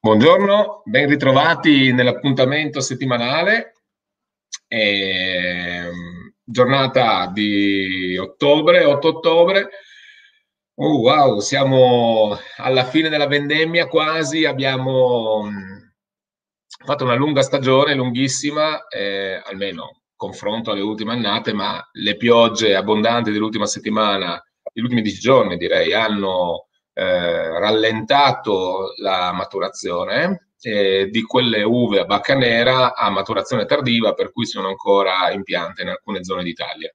Buongiorno, ben ritrovati nell'appuntamento settimanale, giornata di ottobre, 8 ottobre. Wow, siamo alla fine della vendemmia quasi, abbiamo fatto una lunga stagione, lunghissima, almeno confronto alle ultime annate, ma le piogge abbondanti dell'ultima settimana, degli ultimi 10 giorni direi, hanno rallentato la maturazione di quelle uve a bacca nera a maturazione tardiva, per cui sono ancora in pianta in alcune zone d'Italia.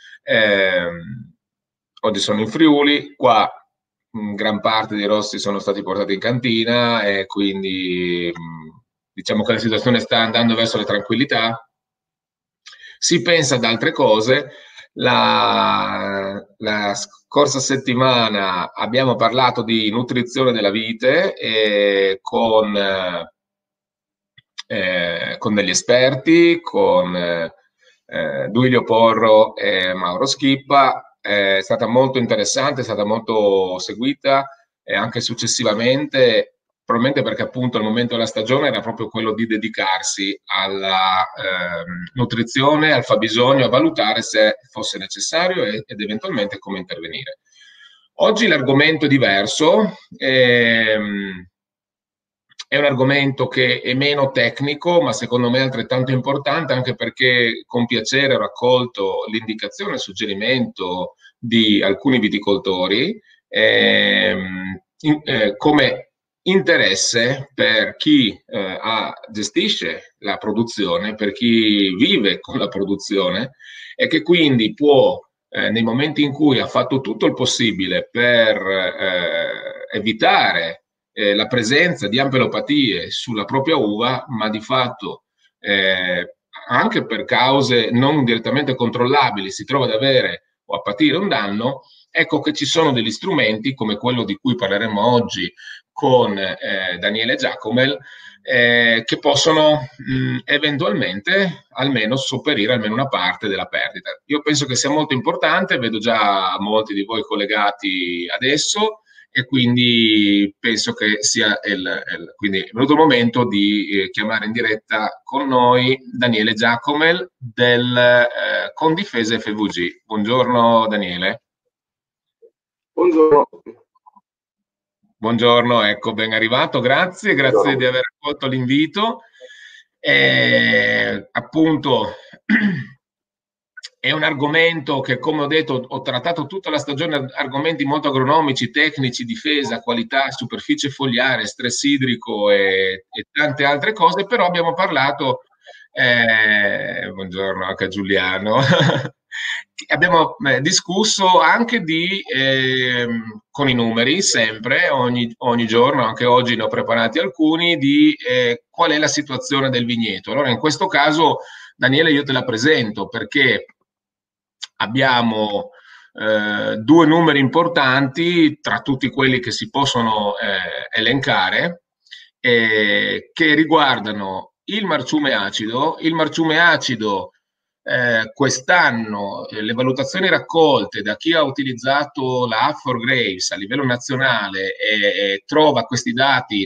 Oggi sono in Friuli, qua gran parte dei rossi sono stati portati in cantina e quindi diciamo che la situazione sta andando verso la tranquillità. Si pensa ad altre cose. La scorsa settimana abbiamo parlato di nutrizione della vite con degli esperti, con Duilio Porro e Mauro Schippa. È stata molto interessante, è stata molto seguita e anche successivamente, probabilmente perché appunto il momento della stagione era proprio quello di dedicarsi alla nutrizione, al fabbisogno, a valutare se fosse necessario ed eventualmente come intervenire. Oggi l'argomento è diverso, è un argomento che è meno tecnico, ma secondo me è altrettanto importante, anche perché con piacere ho raccolto l'indicazione e il suggerimento di alcuni viticoltori come interesse per chi gestisce la produzione, per chi vive con la produzione e che quindi può, nei momenti in cui ha fatto tutto il possibile per evitare la presenza di ampelopatie sulla propria uva, ma di fatto anche per cause non direttamente controllabili si trova ad avere o a patire un danno, ecco che ci sono degli strumenti come quello di cui parleremo oggi con Daniele Giacomel, che possono eventualmente almeno sopperire almeno una parte della perdita. Io penso che sia molto importante, vedo già molti di voi collegati adesso e quindi penso che sia quindi è venuto il momento di chiamare in diretta con noi Daniele Giacomel del Condifesa FVG. Buongiorno Daniele. Buongiorno. Buongiorno, ecco, ben arrivato, grazie di aver accolto l'invito. Appunto, è un argomento che, come ho detto, ho trattato tutta la stagione, argomenti molto agronomici, tecnici, difesa, qualità, superficie fogliare, stress idrico e tante altre cose, però abbiamo parlato, buongiorno anche a Giuliano, abbiamo discusso anche con i numeri, sempre, ogni giorno, anche oggi ne ho preparati alcuni, di qual è la situazione del vigneto. Allora, in questo caso, Daniele, io te la presento perché abbiamo due numeri importanti tra tutti quelli che si possono elencare, che riguardano il marciume acido. Il marciume acido quest'anno le valutazioni raccolte da chi ha utilizzato la Hafford Graves a livello nazionale e trova questi dati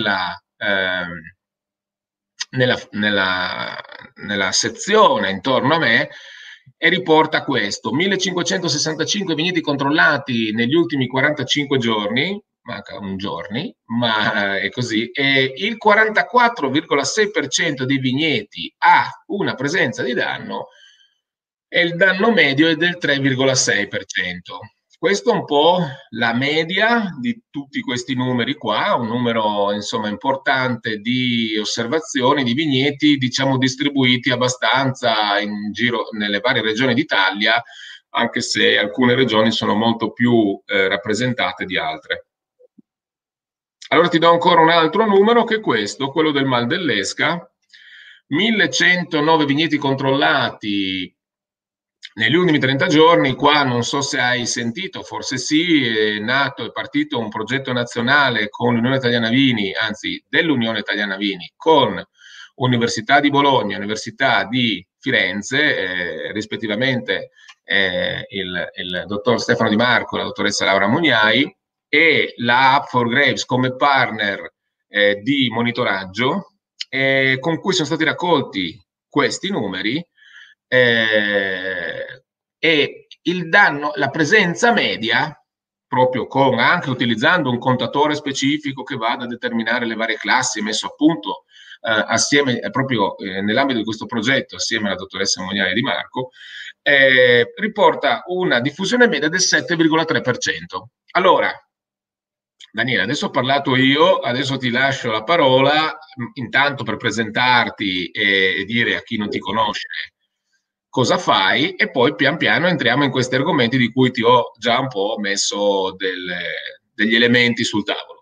nella sezione intorno a me e riporta questo: 1565 vigneti controllati negli ultimi 45 giorni, manca un giorno, ma è così, e il 44,6% dei vigneti ha una presenza di danno e il danno medio è del 3,6%. Questo è un po' la media di tutti questi numeri qua, un numero insomma importante di osservazioni di vigneti, diciamo distribuiti abbastanza in giro nelle varie regioni d'Italia, anche se alcune regioni sono molto più rappresentate di altre. Allora ti do ancora un altro numero che è questo, quello del Mal dell'Esca: 1109 vigneti controllati negli ultimi 30 giorni. Qua non so se hai sentito, forse sì, è partito un progetto nazionale con l'Unione Italiana Vini, anzi dell'Unione Italiana Vini, con Università di Bologna, Università di Firenze, rispettivamente il dottor Stefano Di Marco e la dottoressa Laura Mugnai, e la Hafford Graves come partner di monitoraggio con cui sono stati raccolti questi numeri e il danno, la presenza media, proprio con anche utilizzando un contatore specifico che vada a determinare le varie classi messo a punto assieme proprio nell'ambito di questo progetto assieme alla dottoressa Moniale Di Marco, riporta una diffusione media del 7,3%. Allora, Daniele, adesso ho parlato io, adesso ti lascio la parola, intanto per presentarti e dire a chi non ti conosce cosa fai e poi pian piano entriamo in questi argomenti di cui ti ho già un po' messo degli elementi sul tavolo.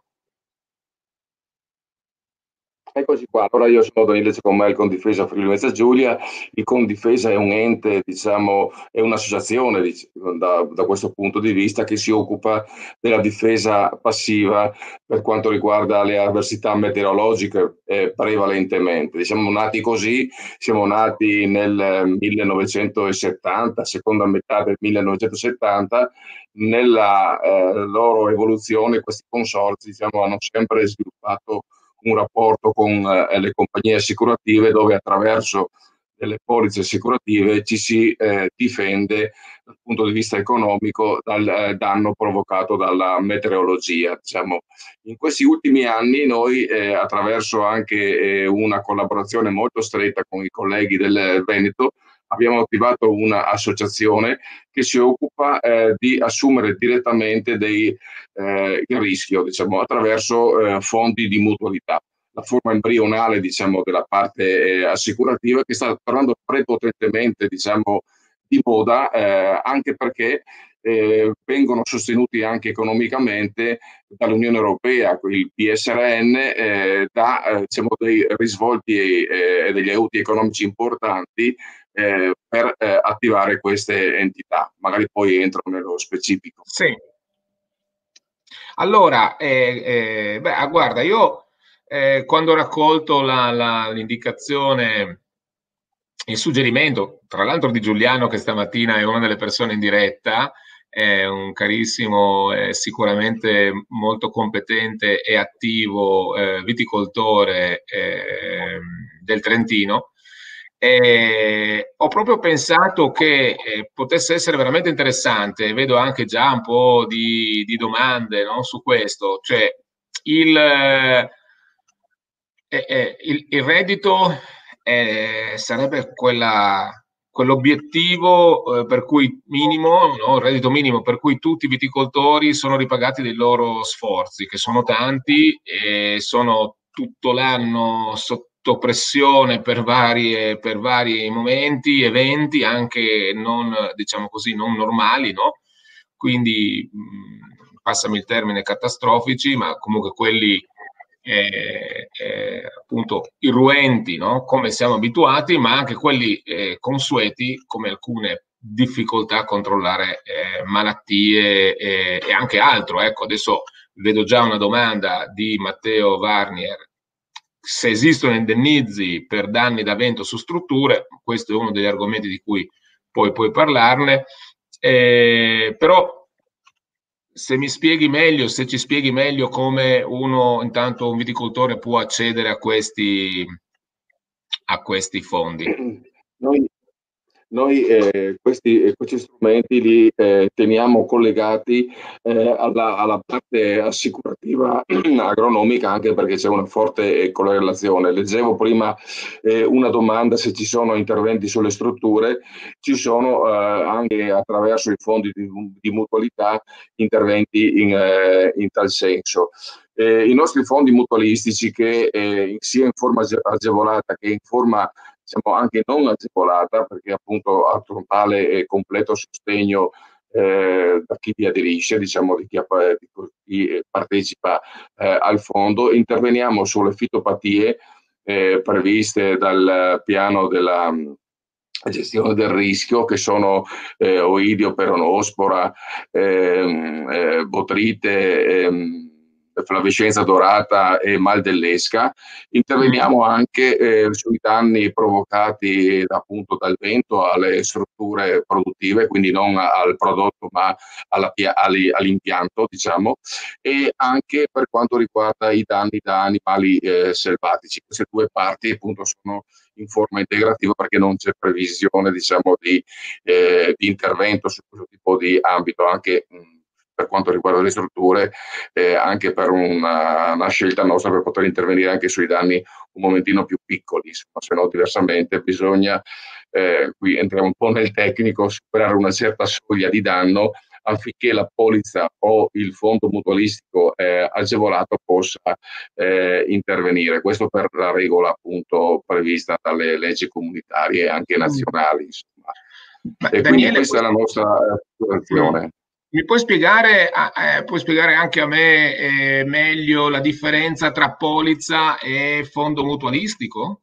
Eccoci qua, allora io sono Daniele Giacomè, il Condifesa Friuli Venezia Giulia. Il Condifesa è un ente, diciamo, è un'associazione da questo punto di vista che si occupa della difesa passiva per quanto riguarda le avversità meteorologiche prevalentemente. Siamo nati così, siamo nati nel 1970, seconda metà del 1970. Nella loro evoluzione questi consorzi, diciamo, hanno sempre sviluppato un rapporto con le compagnie assicurative dove attraverso delle polizze assicurative ci si difende dal punto di vista economico dal danno provocato dalla meteorologia. Diciamo. In questi ultimi anni noi attraverso anche una collaborazione molto stretta con i colleghi del Veneto abbiamo attivato un'associazione che si occupa di assumere direttamente il rischio, diciamo, attraverso fondi di mutualità. La forma embrionale, diciamo, della parte assicurativa che sta tornando prepotentemente, diciamo, di moda, anche perché vengono sostenuti anche economicamente dall'Unione Europea, il PSRN dà diciamo, dei risvolti e degli aiuti economici importanti per attivare queste entità. Magari poi entro nello specifico. Sì. Allora, guarda, io quando ho raccolto l'indicazione, il suggerimento, tra l'altro di Giuliano che stamattina è una delle persone in diretta, è un carissimo, sicuramente molto competente e attivo viticoltore del Trentino. Ho proprio pensato che potesse essere veramente interessante, vedo anche già un po' di domande, no, su questo, cioè il, il reddito sarebbe quell'obiettivo per cui minimo, no, il reddito minimo per cui tutti i viticoltori sono ripagati dei loro sforzi, che sono tanti e sono tutto l'anno sotto pressione per vari momenti, eventi anche non, diciamo così, non normali, no? Quindi, passami il termine, catastrofici, ma comunque quelli appunto irruenti, no? Come siamo abituati, ma anche quelli consueti, come alcune difficoltà a controllare malattie e anche altro. Ecco, adesso vedo già una domanda di Matteo Warnier. Se esistono indennizi per danni da vento su strutture, questo è uno degli argomenti di cui poi puoi parlarne, però se mi spieghi meglio, se ci spieghi meglio come intanto un viticoltore può accedere a questi fondi. Noi, noi questi strumenti li teniamo collegati alla parte assicurativa agronomica anche perché c'è una forte correlazione. Leggevo prima una domanda se ci sono interventi sulle strutture, ci sono anche attraverso i fondi di mutualità interventi in tal senso. I nostri fondi mutualistici che sia in forma agevolata che in forma diciamo anche non agevolata perché appunto ha totale e completo sostegno da chi vi aderisce, diciamo di chi partecipa al fondo. Interveniamo sulle fitopatie previste dal piano della gestione del rischio che sono oidio, peronospora, botrite, flavescenza dorata e mal dell'esca. Interveniamo anche sui danni provocati appunto dal vento alle strutture produttive, quindi non al prodotto ma all'impianto, diciamo, e anche per quanto riguarda i danni da animali selvatici. Queste due parti appunto sono in forma integrativa perché non c'è previsione, diciamo, di intervento su questo tipo di ambito, anche per quanto riguarda le strutture, anche per una scelta nostra per poter intervenire anche sui danni un momentino più piccoli, insomma, se no diversamente bisogna, qui entriamo un po' nel tecnico, superare una certa soglia di danno affinché la polizza o il fondo mutualistico agevolato possa intervenire. Questo per la regola appunto prevista dalle leggi comunitarie e anche nazionali, insomma. E Daniele, quindi questa è la nostra situazione. Mi puoi spiegare anche a me meglio la differenza tra polizza e fondo mutualistico?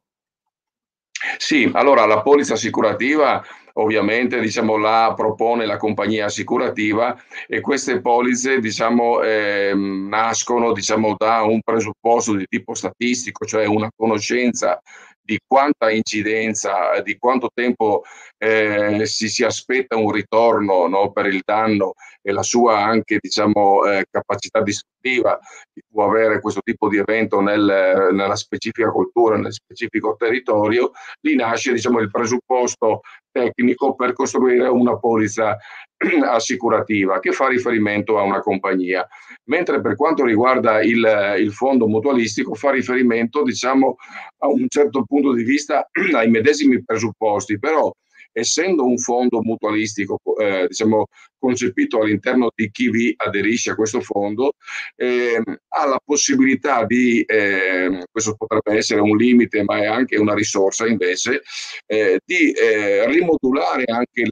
Sì, allora la polizza assicurativa ovviamente diciamo, la propone la compagnia assicurativa e queste polizze diciamo, nascono diciamo, da un presupposto di tipo statistico, cioè una conoscenza di quanta incidenza, di quanto tempo si aspetta un ritorno, no, per il danno e la sua anche diciamo, capacità distruttiva che può avere questo tipo di evento nella specifica cultura, nel specifico territorio. Lì nasce diciamo, il presupposto tecnico per costruire una polizza assicurativa che fa riferimento a una compagnia, mentre per quanto riguarda il fondo mutualistico fa riferimento diciamo, a un certo punto di vista ai medesimi presupposti, però essendo un fondo mutualistico diciamo, concepito all'interno di chi vi aderisce a questo fondo, ha la possibilità di, questo potrebbe essere un limite ma è anche una risorsa invece, di rimodulare anche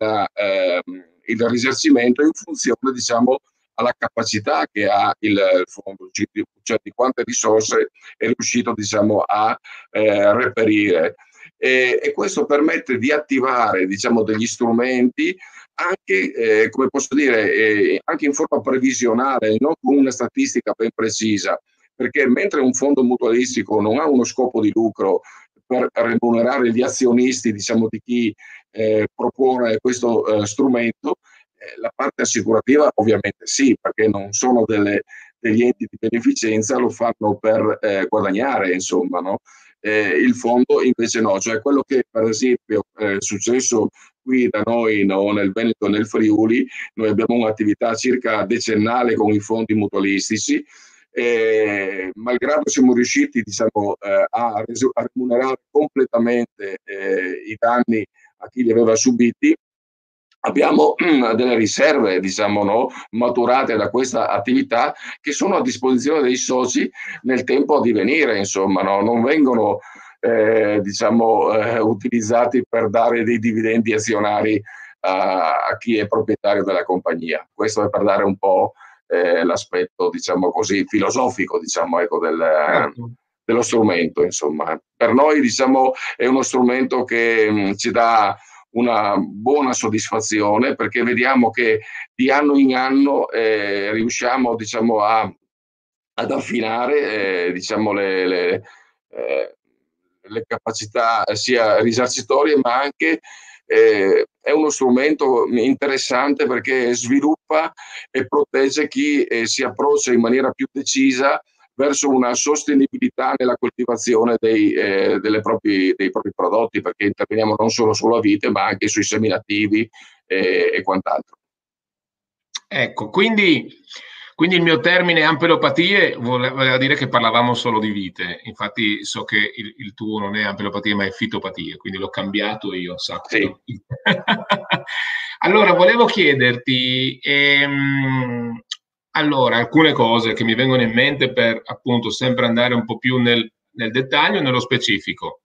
il risarcimento in funzione diciamo, alla capacità che ha il fondo, cioè di quante risorse è riuscito diciamo, a reperire. E questo permette di attivare diciamo, degli strumenti anche, come posso dire, anche in forma previsionale, non con una statistica ben precisa, perché mentre un fondo mutualistico non ha uno scopo di lucro per remunerare gli azionisti, diciamo, di chi propone questo strumento, la parte assicurativa ovviamente sì, perché non sono degli enti di beneficenza, lo fanno per guadagnare, insomma, no? Il fondo invece no, cioè quello che per esempio è successo qui da noi no, nel Veneto e nel Friuli, noi abbiamo un'attività circa decennale con i fondi mutualistici, malgrado siamo riusciti diciamo, a remunerare completamente i danni a chi li aveva subiti, abbiamo delle riserve diciamo, no, maturate da questa attività che sono a disposizione dei soci nel tempo a divenire, insomma, no? Non vengono diciamo, utilizzati per dare dei dividendi azionari a chi è proprietario della compagnia. Questo è per dare un po' l'aspetto diciamo così filosofico diciamo, ecco, dello strumento, insomma. Per noi diciamo, è uno strumento che ci dà una buona soddisfazione perché vediamo che di anno in anno riusciamo diciamo, ad affinare diciamo, le capacità sia risarcitorie ma anche è uno strumento interessante perché sviluppa e protegge chi si approccia in maniera più decisa verso una sostenibilità nella coltivazione dei propri prodotti, perché interveniamo non solo sulla vite, ma anche sui seminativi e quant'altro. Ecco, quindi il mio termine ampelopatie voleva dire che parlavamo solo di vite. Infatti so che il tuo non è ampelopatie, ma è fitopatie, quindi l'ho cambiato io, Sì. Allora, volevo chiederti, allora, alcune cose che mi vengono in mente per appunto sempre andare un po' più nel dettaglio e nello specifico.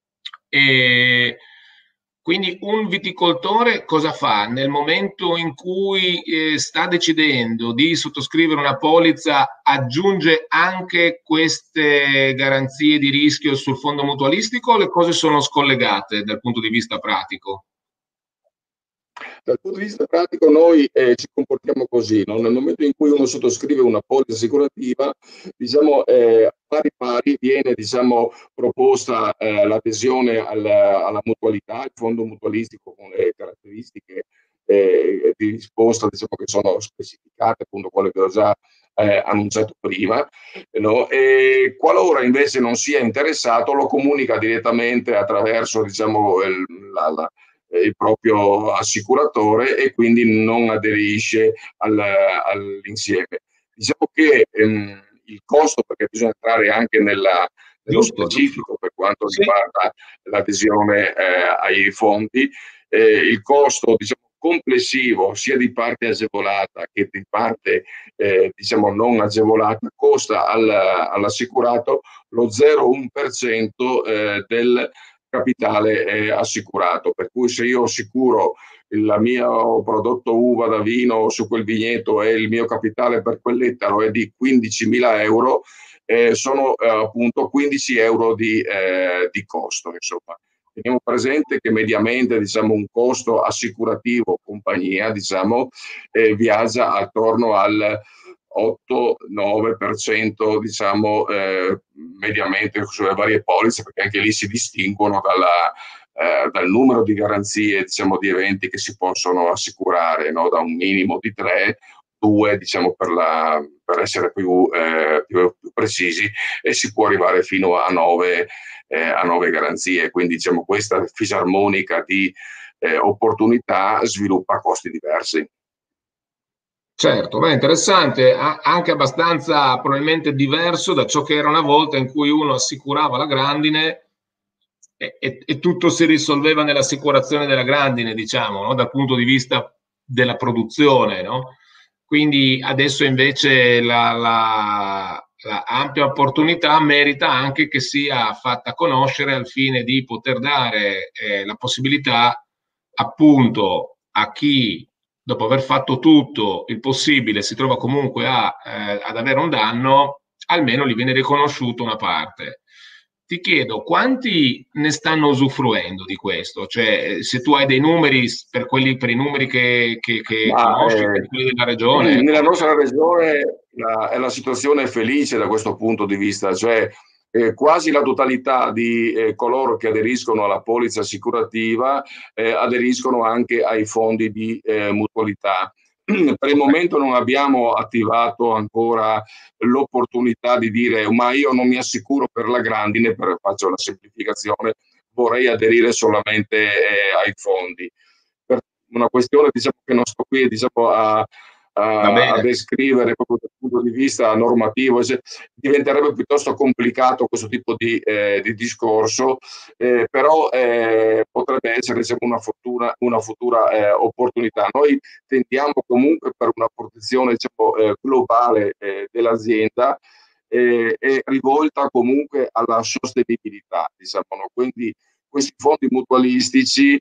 Quindi un viticoltore cosa fa? Nel momento in cui sta decidendo di sottoscrivere una polizza, aggiunge anche queste garanzie di rischio sul fondo mutualistico o le cose sono scollegate dal punto di vista pratico? Dal punto di vista pratico noi ci comportiamo così, no? Nel momento in cui uno sottoscrive una polizza assicurativa, diciamo, pari pari viene, diciamo, proposta l'adesione alla mutualità, il fondo mutualistico con le caratteristiche di risposta, diciamo, che sono specificate, appunto quelle che ho già annunciato prima, no? E qualora invece non sia interessato, lo comunica direttamente attraverso, diciamo, il proprio assicuratore, e quindi non aderisce all'insieme. Diciamo che il costo, perché bisogna entrare anche nello Giusto, giusto. specifico per quanto Sì. riguarda l'adesione ai fondi, il costo, diciamo, complessivo sia di parte agevolata che di parte diciamo non agevolata costa all'assicurato lo 0,1% del capitale assicurato, per cui se io assicuro il mio prodotto uva da vino su quel vigneto e il mio capitale per quell'ettaro è di 15.000 euro, sono appunto 15 euro di costo, insomma. Teniamo presente che mediamente, diciamo, un costo assicurativo compagnia, diciamo, viaggia attorno al 8-9%, diciamo, mediamente sulle varie polizze, perché anche lì si distinguono dal numero di garanzie, diciamo, di eventi che si possono assicurare, no? Da un minimo di 3, 2, diciamo, per essere più precisi, e si può arrivare fino a 9 garanzie. Quindi, diciamo, questa fisarmonica di opportunità sviluppa costi diversi. Certo, beh, interessante, anche abbastanza probabilmente diverso da ciò che era una volta in cui uno assicurava la grandine e tutto si risolveva nell'assicurazione della grandine, diciamo, no? Dal punto di vista della produzione, no? Quindi adesso invece la ampia opportunità merita anche che sia fatta conoscere al fine di poter dare la possibilità appunto a chi dopo aver fatto tutto il possibile si trova comunque ad avere un danno, almeno gli viene riconosciuto una parte. Ti chiedo quanti ne stanno usufruendo di questo? Cioè, se tu hai dei numeri per i numeri che Ma conosci, per quelli della regione, nella ecco. nostra regione la situazione è felice da questo punto di vista, cioè quasi la totalità di coloro che aderiscono alla polizza assicurativa aderiscono anche ai fondi di mutualità. Per il Okay. momento non abbiamo attivato ancora l'opportunità di dire ma io non mi assicuro per la grandine, faccio una semplificazione, vorrei aderire solamente ai fondi. Per una questione, diciamo, che non sto qui, diciamo, Va a bene. descrivere proprio dal punto di vista normativo, diventerebbe piuttosto complicato questo tipo di discorso, però potrebbe essere, diciamo, una futura opportunità. Noi tendiamo comunque per una protezione, diciamo, globale dell'azienda e rivolta comunque alla sostenibilità, diciamo, no? Quindi questi fondi mutualistici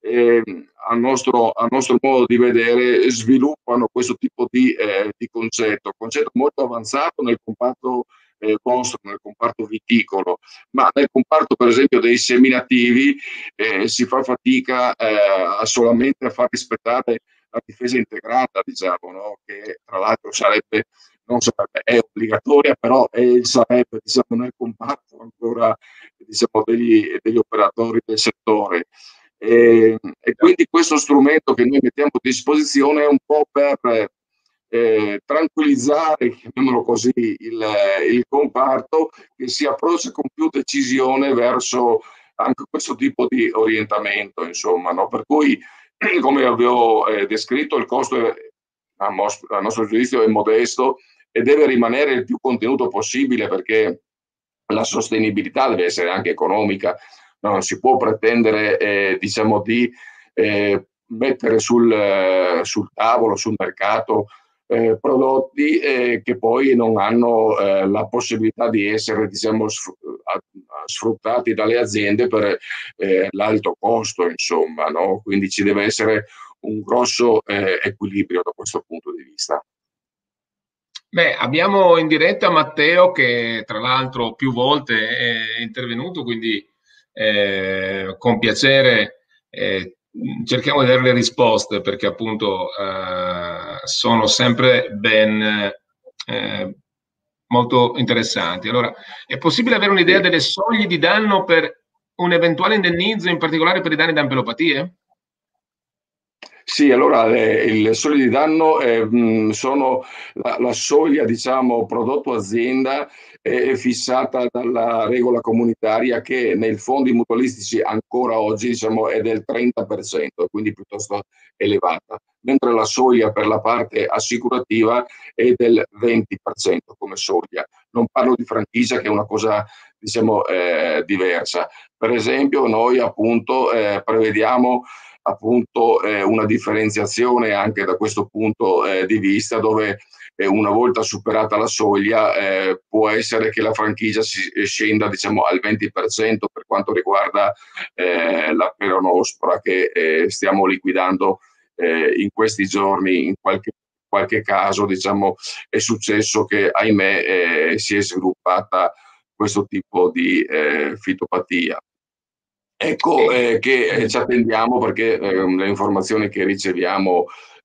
a nostro modo di vedere sviluppano questo tipo di concetto molto avanzato nel comparto vostro, nel comparto viticolo, ma nel comparto per esempio dei seminativi si fa fatica solamente a far rispettare la difesa integrata, diciamo, no? Che tra l'altro non sarebbe, è obbligatoria, però sarebbe, diciamo, nel comparto ancora, diciamo, degli operatori del settore. E quindi questo strumento che noi mettiamo a disposizione è un po' per tranquillizzare, chiamiamolo così, il comparto, che si approccia con più decisione verso anche questo tipo di orientamento, insomma, no? Per cui, come avevo descritto, il costo a nostro giudizio è modesto e deve rimanere il più contenuto possibile, perché la sostenibilità deve essere anche economica. Non si può pretendere diciamo, di mettere sul tavolo, sul mercato, prodotti che poi non hanno la possibilità di essere, diciamo, sfruttati dalle aziende per l'alto costo, insomma, no? Quindi ci deve essere un grosso equilibrio da questo punto di vista. Beh, abbiamo in diretta Matteo che tra l'altro più volte è intervenuto, quindi con piacere cerchiamo di dare le risposte perché appunto sono sempre molto interessanti. Allora, è possibile avere un'idea delle soglie di danno per un eventuale indennizzo, in particolare per i danni da ampelopatie? Sì, allora le soglie di danno sono la soglia, diciamo, prodotto azienda è fissata dalla regola comunitaria che nei fondi mutualistici ancora oggi, diciamo, è del 30%, quindi piuttosto elevata, mentre la soglia per la parte assicurativa è del 20% come soglia. Non parlo di franchigia, che è una cosa, diciamo, diversa. Per esempio, noi appunto prevediamo appunto una differenziazione anche da questo punto di vista, dove una volta superata la soglia può essere che la franchigia scenda, diciamo, al 20% per quanto riguarda la peronospora che stiamo liquidando in questi giorni. In qualche caso, diciamo, è successo che, ahimè, si è sviluppata questo tipo di fitopatia. Ecco che ci attendiamo, perché le informazioni che riceviamo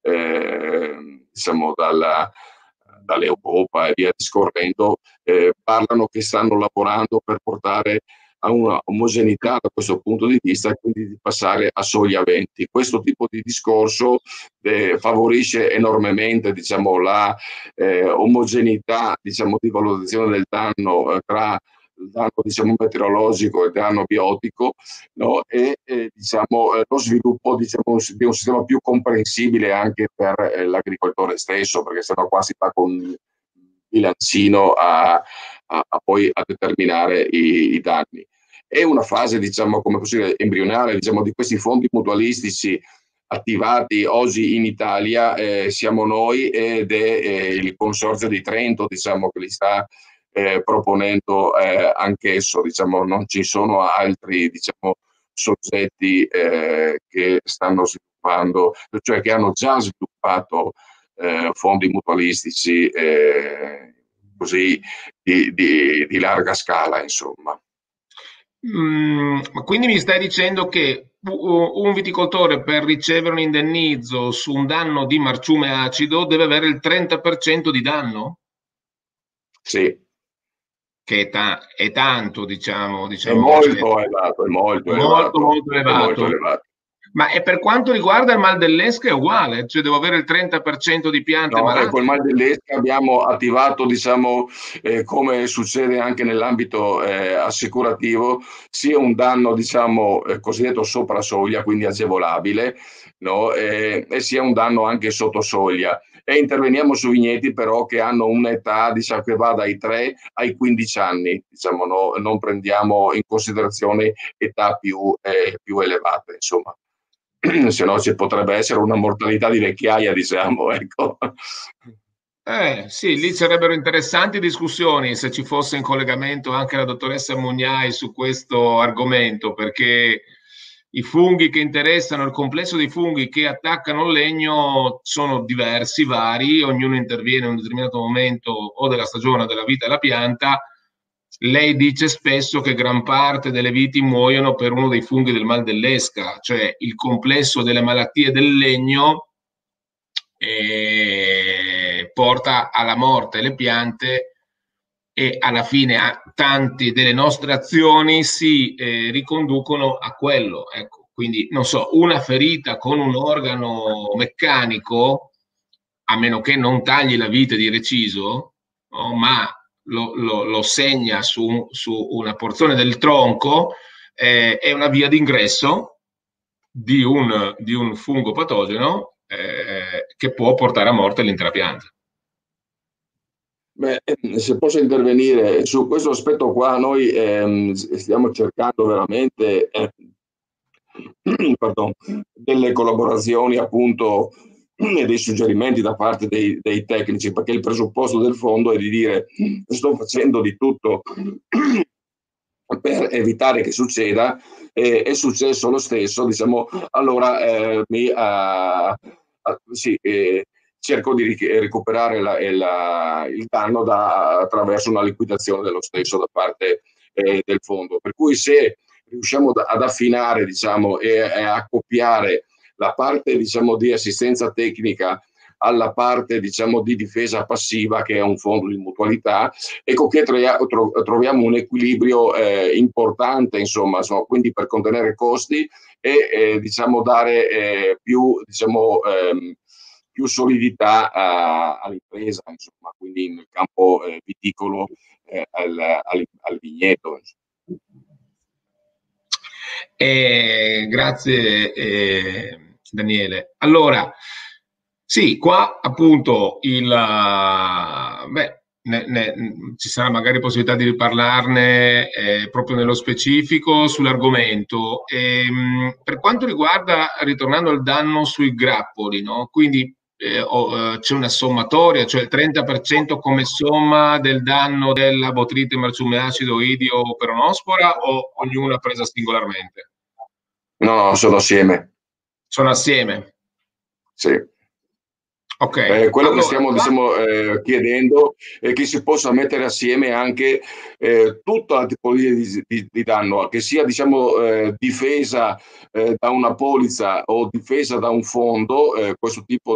diciamo dall'Europa e via discorrendo parlano che stanno lavorando per portare a una omogeneità da questo punto di vista e quindi di passare a soglia 20. Questo tipo di discorso favorisce enormemente, diciamo, la omogeneità, diciamo, di valutazione del danno tra il danno, diciamo, meteorologico e il danno biotico, no? Diciamo, lo sviluppo, diciamo, di un sistema più comprensibile anche per l'agricoltore stesso, perché sennò qua si va con il bilancino poi a determinare i danni. È una fase, diciamo, come posso dire, embrionale, diciamo, di questi fondi mutualistici attivati oggi in Italia. Siamo noi ed è il Consorzio di Trento, diciamo, che li sta proponendo anch'esso, diciamo, non ci sono altri, diciamo, soggetti che stanno sviluppando, cioè che hanno già sviluppato fondi mutualistici così di larga scala, insomma. Quindi mi stai dicendo che un viticoltore per ricevere un indennizzo su un danno di marciume acido deve avere il 30% di danno? Sì. Che è tanto, diciamo, È cioè, molto elevato, è molto molto, elevato, molto è molto elevato. elevato. Ma e per quanto riguarda il mal dell'esca è uguale, cioè devo avere il 30% di piante No, e malate? col mal dell'esca abbiamo attivato, diciamo, come succede anche nell'ambito assicurativo, sia un danno, diciamo, cosiddetto sopra soglia, quindi agevolabile, no? E sia un danno anche sotto soglia. E interveniamo su vigneti però che hanno un'età, diciamo, che va dai 3 ai 15 anni, diciamo, no? Non prendiamo in considerazione età più elevate, insomma. Se no ci potrebbe essere una mortalità di vecchiaia, diciamo, ecco. Sì, lì sarebbero interessanti discussioni se ci fosse in collegamento anche la dottoressa Mugnai su questo argomento, perché i funghi che interessano, il complesso di funghi che attaccano il legno sono diversi, vari, ognuno interviene in un determinato momento o della stagione o della vita della pianta. Lei dice spesso che gran parte delle viti muoiono per uno dei funghi del mal dell'esca, cioè il complesso delle malattie del legno porta alla morte le piante e alla fine tante delle nostre azioni si riconducono a quello. Ecco, quindi non so, una ferita con un organo meccanico, a meno che non tagli la vite di reciso, no, ma lo segna su una porzione del tronco, è una via d'ingresso di un fungo patogeno che può portare a morte l'intera pianta. Beh, se posso intervenire su questo aspetto qua, noi stiamo cercando veramente pardon, delle collaborazioni, appunto, e dei suggerimenti da parte dei tecnici, perché il presupposto del fondo è di dire sto facendo di tutto per evitare che succeda, è successo lo stesso, diciamo, allora sì, cerco di recuperare il danno attraverso una liquidazione dello stesso da parte del fondo. Per cui se riusciamo ad affinare, diciamo, e accoppiare la parte, diciamo, di assistenza tecnica alla parte, diciamo, di difesa passiva, che è un fondo di mutualità, ecco che troviamo un equilibrio importante, insomma, quindi per contenere costi e diciamo, dare più solidità all'impresa, insomma, quindi nel campo viticolo al vigneto. Grazie Daniele. Allora, sì, qua appunto ci sarà magari possibilità di riparlarne proprio nello specifico sull'argomento. Per quanto riguarda, ritornando al danno sui grappoli, no? Quindi c'è una sommatoria, cioè il 30% come somma del danno della botrite, marciume acido, idio o peronospora, o ognuna presa singolarmente? No, sono assieme. Sono assieme? Sì. Okay, quello allora, che stiamo diciamo, chiedendo è che si possa mettere assieme anche tutta la tipologia di danno, che sia diciamo, difesa da una polizza o difesa da un fondo, questo tipo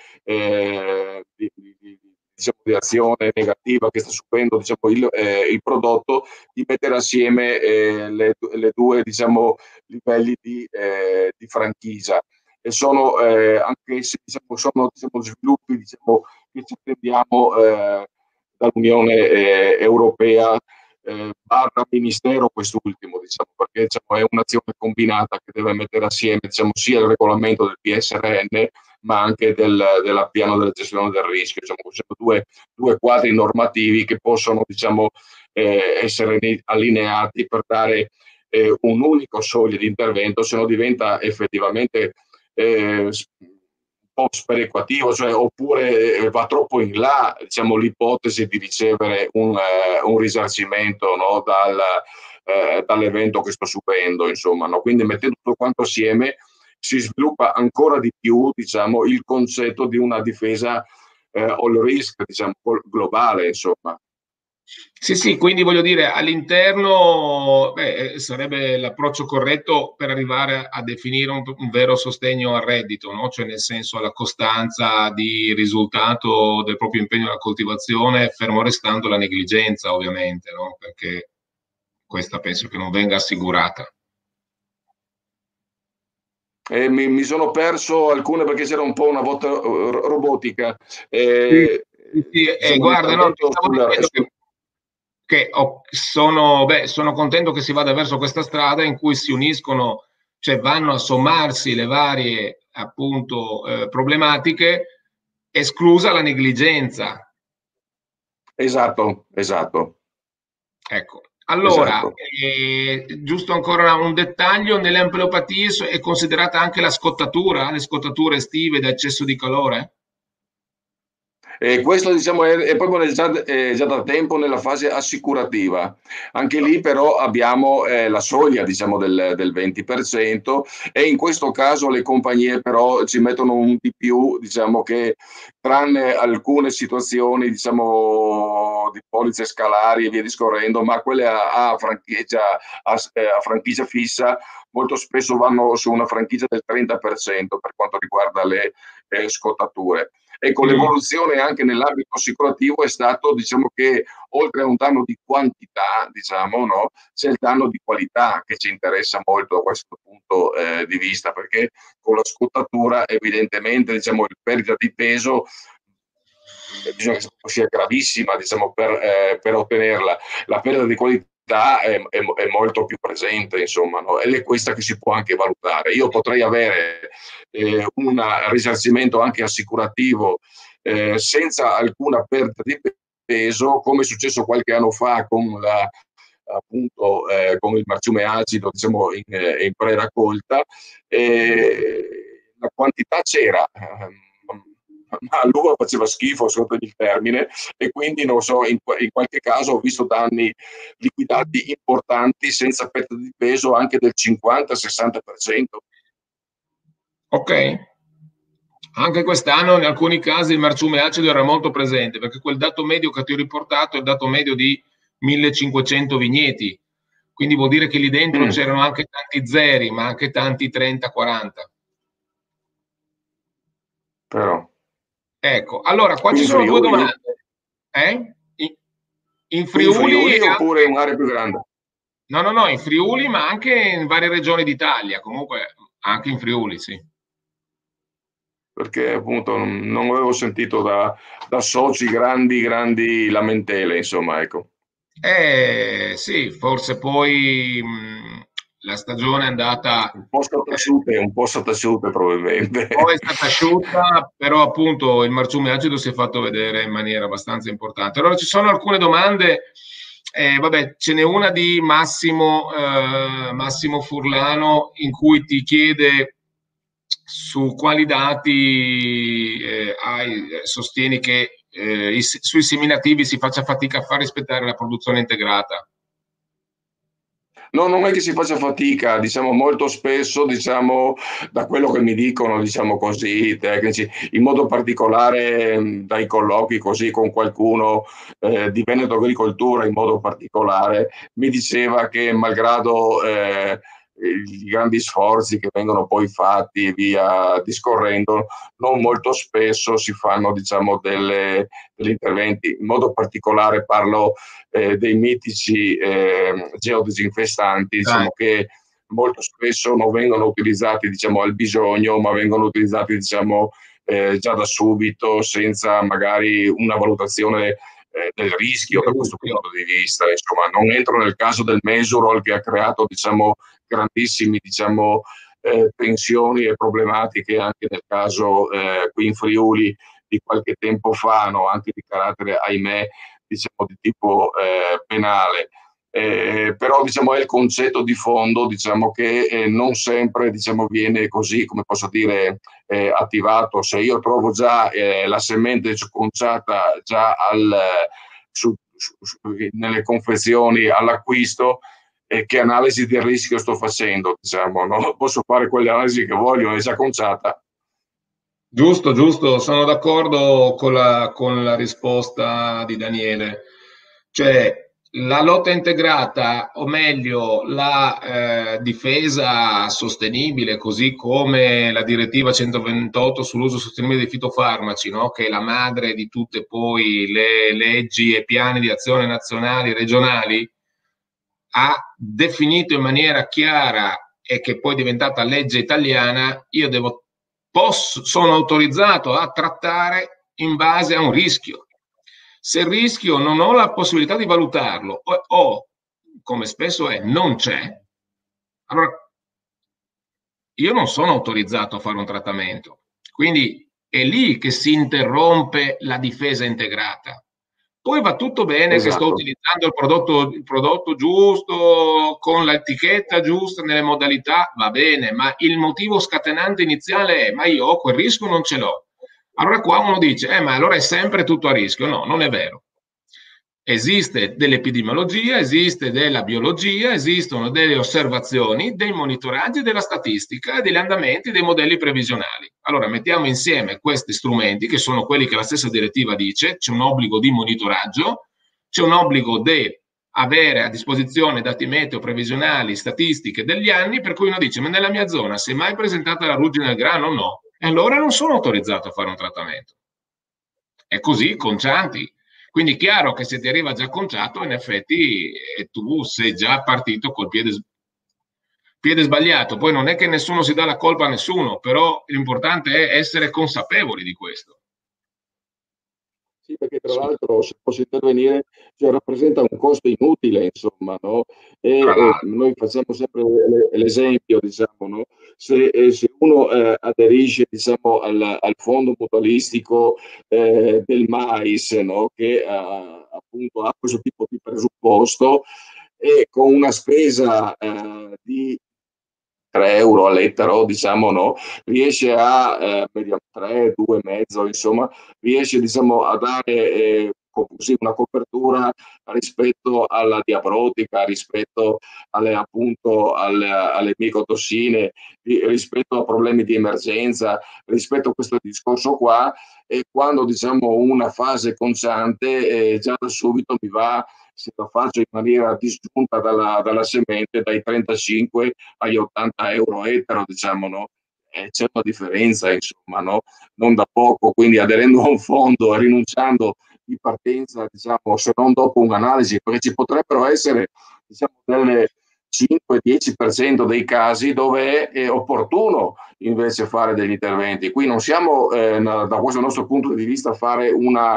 diciamo, di azione negativa che sta subendo diciamo, il prodotto, di mettere assieme le due diciamo, livelli di franchigia. E sono anche se diciamo, sono diciamo, sviluppi diciamo, che ci attendiamo dall'Unione Europea barra Ministero quest'ultimo, diciamo, perché diciamo, è un'azione combinata che deve mettere assieme diciamo, sia il regolamento del PSRN ma anche del piano della gestione del rischio. Diciamo, sono due quadri normativi che possono diciamo, essere allineati per dare un unico soglia di intervento, se no diventa effettivamente un po' sperequativo, cioè, oppure va troppo in là diciamo, l'ipotesi di ricevere un risarcimento, no, dall'evento che sto subendo, insomma, no? Quindi mettendo tutto quanto assieme si sviluppa ancora di più diciamo, il concetto di una difesa all risk diciamo, globale, insomma. Sì, sì, quindi voglio dire, all'interno sarebbe l'approccio corretto per arrivare a definire un vero sostegno al reddito, no? Cioè nel senso alla costanza di risultato del proprio impegno nella coltivazione, fermo restando la negligenza, ovviamente, no? Perché questa penso che non venga assicurata. Mi sono perso alcune perché c'era un po' una volta robotica. Sì, sì, Diciamo, guarda, no, ti l'intervento stavo dicendo che sono contento che si vada verso questa strada in cui si uniscono, cioè vanno a sommarsi le varie appunto problematiche, esclusa la negligenza. Esatto, esatto. Ecco. Allora, Esatto. giusto ancora un dettaglio, nelle ampliopatie è considerata anche la scottatura, le scottature estive da eccesso di calore? Questo diciamo, è proprio già da tempo nella fase assicurativa. Anche lì però abbiamo la soglia diciamo, del 20% e in questo caso le compagnie però ci mettono un di più, diciamo che tranne alcune situazioni diciamo, di polizze scalari e via discorrendo, ma quelle a franchigia fissa molto spesso vanno su una franchigia del 30% per quanto riguarda le scottature. Ecco, l'evoluzione anche nell'ambito assicurativo è stato, diciamo che oltre a un danno di quantità, diciamo, no, c'è il danno di qualità che ci interessa molto da questo punto di vista, perché con la scottatura evidentemente, diciamo, il perdita di peso bisogna che sia gravissima, diciamo, per ottenerla. La perdita di qualità è molto più presente, insomma, no? Ed è questa che si può anche valutare. Io potrei avere un risarcimento anche assicurativo senza alcuna perdita di peso, come è successo qualche anno fa con appunto con il marciume acido diciamo in pre-raccolta, la quantità c'era, ma l'uva faceva schifo, sotto il termine, e quindi non so, in qualche caso ho visto danni liquidati importanti senza perdita di peso anche del 50-60%. Ok. Anche quest'anno in alcuni casi il marciume acido era molto presente, perché quel dato medio che ti ho riportato è il dato medio di 1500 vigneti. quindi vuol dire che lì dentro Mm, c'erano anche tanti zeri, ma anche tanti 30-40. però. Ecco, allora qua Qui ci in sono due Friuli, domande. In qui in Friuli, Friuli oppure in un'area più grande? no, no, no, in Friuli, ma anche in varie regioni d'Italia, comunque anche in Friuli, sì. Perché appunto non avevo sentito da soci grandi lamentele, insomma, ecco. Sì, forse poi la stagione è andata, Un po' sottaciute poi è probabilmente. stata asciutta, però appunto il marciume acido si è fatto vedere in maniera abbastanza importante. Allora ci sono alcune domande, vabbè, ce n'è una di Massimo Furlano in cui ti chiede su quali dati sostieni che sui seminativi si faccia fatica a far rispettare la produzione integrata. No, non è che si faccia fatica, diciamo molto spesso, diciamo, da quello che mi dicono, diciamo così, i tecnici, in modo particolare dai colloqui così con qualcuno di Veneto Agricoltura in modo particolare, mi diceva che malgrado i grandi sforzi che vengono poi fatti e via discorrendo, non molto spesso si fanno, diciamo, degli interventi. In modo particolare parlo dei mitici geodisinfestanti, Dai, diciamo che molto spesso non vengono utilizzati diciamo, al bisogno, ma vengono utilizzati diciamo, già da subito, senza magari una valutazione del rischio da questo punto di vista. Insomma, non entro nel caso del Mesurol che ha creato diciamo, grandissimi diciamo, tensioni e problematiche anche nel caso qui in Friuli di qualche tempo fa, no? Anche di carattere, ahimè, diciamo, di tipo penale. Però diciamo, è il concetto di fondo diciamo, che non sempre diciamo, viene così, come posso dire, attivato. Se io trovo già la semente conciata già nelle confezioni all'acquisto, che analisi di rischio sto facendo? Diciamo, no? Posso fare quelle analisi che voglio, è già conciata. giusto, giusto, sono d'accordo con la risposta di Daniele. Cioè, la lotta integrata, o meglio, la difesa sostenibile, così come la direttiva 128 sull'uso sostenibile dei fitofarmaci, no? Che è la madre di tutte poi le leggi e piani di azione nazionali e regionali, ha definito in maniera chiara e che poi è diventata legge italiana, sono autorizzato a trattare in base a un rischio. Se il rischio non ho la possibilità di valutarlo o come spesso è, non c'è, allora io non sono autorizzato a fare un trattamento. Quindi è lì che si interrompe la difesa integrata. Poi va tutto bene che sto Esatto. utilizzando il prodotto giusto, con l'etichetta giusta, nelle modalità, va bene, ma il motivo scatenante iniziale è, ma io ho quel rischio, non ce l'ho. Allora qua uno dice, ma allora è sempre tutto a rischio. No, non è vero. Esiste dell'epidemiologia, esiste della biologia, esistono delle osservazioni, dei monitoraggi, della statistica, degli andamenti, dei modelli previsionali. Allora mettiamo insieme questi strumenti, che sono quelli che la stessa direttiva dice, c'è un obbligo di monitoraggio, c'è un obbligo di avere a disposizione dati meteo previsionali, statistiche degli anni, per cui uno dice, ma nella mia zona si è mai presentata la ruggine del grano? No. E allora non sono autorizzato a fare un trattamento. È così, concianti. Quindi è chiaro che se ti arriva già conciato, in effetti tu sei già partito col piede sbagliato. Poi non è che nessuno si dà la colpa a nessuno, però l'importante è essere consapevoli di questo. Sì, perché tra l'altro se posso intervenire, cioè, rappresenta un costo inutile, insomma, no? Tra l'altro. Noi facciamo sempre l'esempio, diciamo, no? Se uno aderisce, diciamo, al fondo mutualistico del mais, no? Che appunto ha questo tipo di presupposto e con una spesa di 3 euro all'ettaro, diciamo, no? Riesce a, mediamente 3, 2 e mezzo, insomma, riesce, diciamo, a dare così, una copertura rispetto alla diabrotica, rispetto appunto alle micotossine, rispetto a problemi di emergenza, rispetto a questo discorso qua, e quando diciamo una fase conciante, già da subito mi va, se lo faccio in maniera disgiunta dalla semente, dai 35 agli 80 euro ettaro, diciamo, no? C'è una differenza, insomma, no? Non da poco, quindi aderendo a un fondo, rinunciando di partenza, diciamo, se non dopo un'analisi, perché ci potrebbero essere, diciamo, delle 5-10% dei casi dove è opportuno invece fare degli interventi. Qui non siamo, da questo nostro punto di vista, fare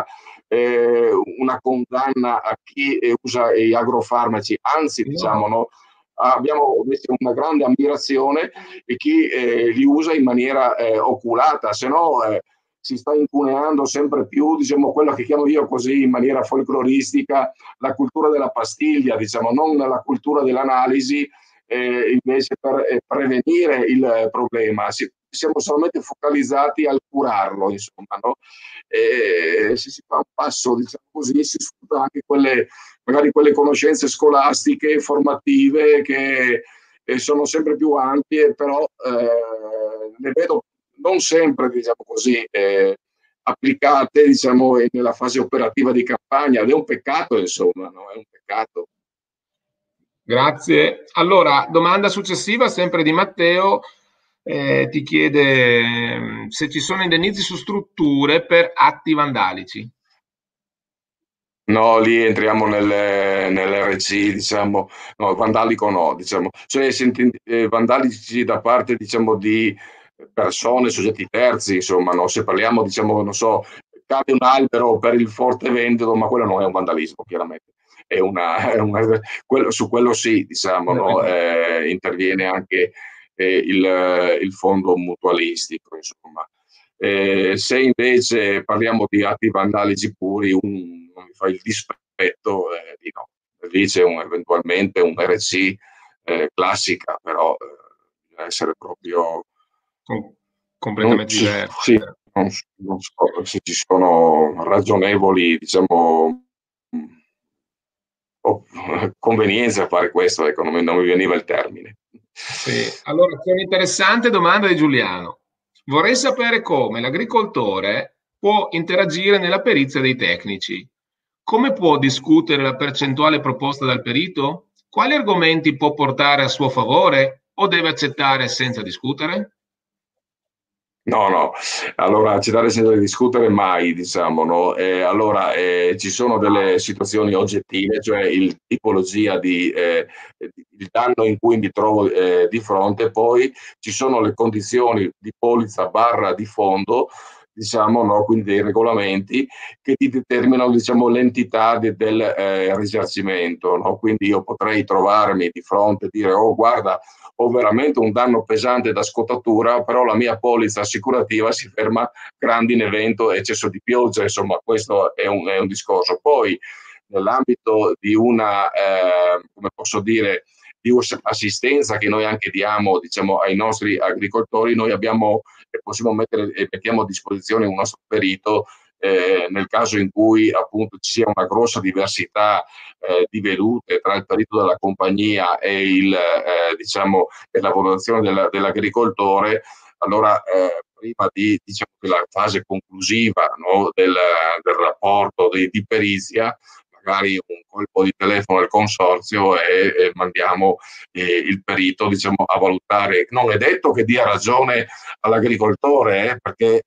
una condanna a chi usa gli agrofarmaci, anzi, diciamo, no, abbiamo una grande ammirazione e chi li usa in maniera oculata, se no si sta incuneando sempre più, diciamo, quello che chiamo io così in maniera folcloristica la cultura della pastiglia, diciamo, non la cultura dell'analisi, invece per prevenire il problema. Siamo solamente focalizzati al curarlo, insomma, no? Se si fa un passo, diciamo così, si sfrutta anche magari quelle conoscenze scolastiche, formative, che sono sempre più ampie, però le vedo non sempre, diciamo così, applicate, diciamo, nella fase operativa di campagna, ed è un peccato, insomma, no? È un peccato. Grazie. Allora, domanda successiva, sempre di Matteo, ti chiede se ci sono indennizzi su strutture per atti vandalici. No, lì entriamo nell'RC, diciamo, no, vandalico no, diciamo, cioè vandalici da parte, diciamo, di persone, soggetti terzi, insomma, no? Se parliamo, diciamo, non so, cade un albero per il forte vento, ma quello non è un vandalismo, chiaramente. Su quello sì, diciamo, no? Interviene anche il fondo mutualistico, insomma. Se invece parliamo di atti vandalici puri, non mi fa il dispetto di no. Lì c'è eventualmente un RC classica, però deve essere proprio Completamente diverso. sì, non so se ci sono ragionevoli, diciamo, convenienze a fare questo, ecco, non mi veniva il termine. Sì. Allora, c'è un'interessante domanda di Giuliano. Vorrei sapere come l'agricoltore può interagire nella perizia dei tecnici. Come può discutere la percentuale proposta dal perito? Quali argomenti può portare a suo favore o deve accettare senza discutere? No, no, allora accettare senza discutere mai, diciamo, no? Allora ci sono delle situazioni oggettive, cioè il tipologia il danno in cui mi trovo di fronte, poi ci sono le condizioni di polizza barra di fondo, diciamo, no? Quindi dei regolamenti che ti determinano, diciamo, l'entità del risarcimento, no? Quindi io potrei trovarmi di fronte e dire, oh guarda, ho veramente un danno pesante da scottatura, però la mia polizza assicurativa si ferma grandine, evento, eccesso di pioggia, insomma questo è un discorso. Poi nell'ambito di una, come posso dire, di assistenza che noi anche diamo, diciamo, ai nostri agricoltori, noi abbiamo e possiamo mettere e mettiamo a disposizione un nostro perito nel caso in cui appunto ci sia una grossa diversità di vedute tra il perito della compagnia e diciamo, la valutazione dell'agricoltore. Allora prima diciamo, della fase conclusiva, no, del rapporto di perizia, magari un colpo di telefono al consorzio e mandiamo il perito, diciamo, a valutare. Non è detto che dia ragione all'agricoltore, perché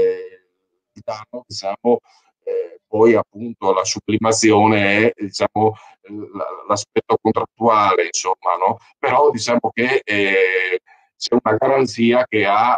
diciamo, poi appunto la sublimazione è, diciamo, l'aspetto contrattuale, insomma, no? Però diciamo che c'è una garanzia che ha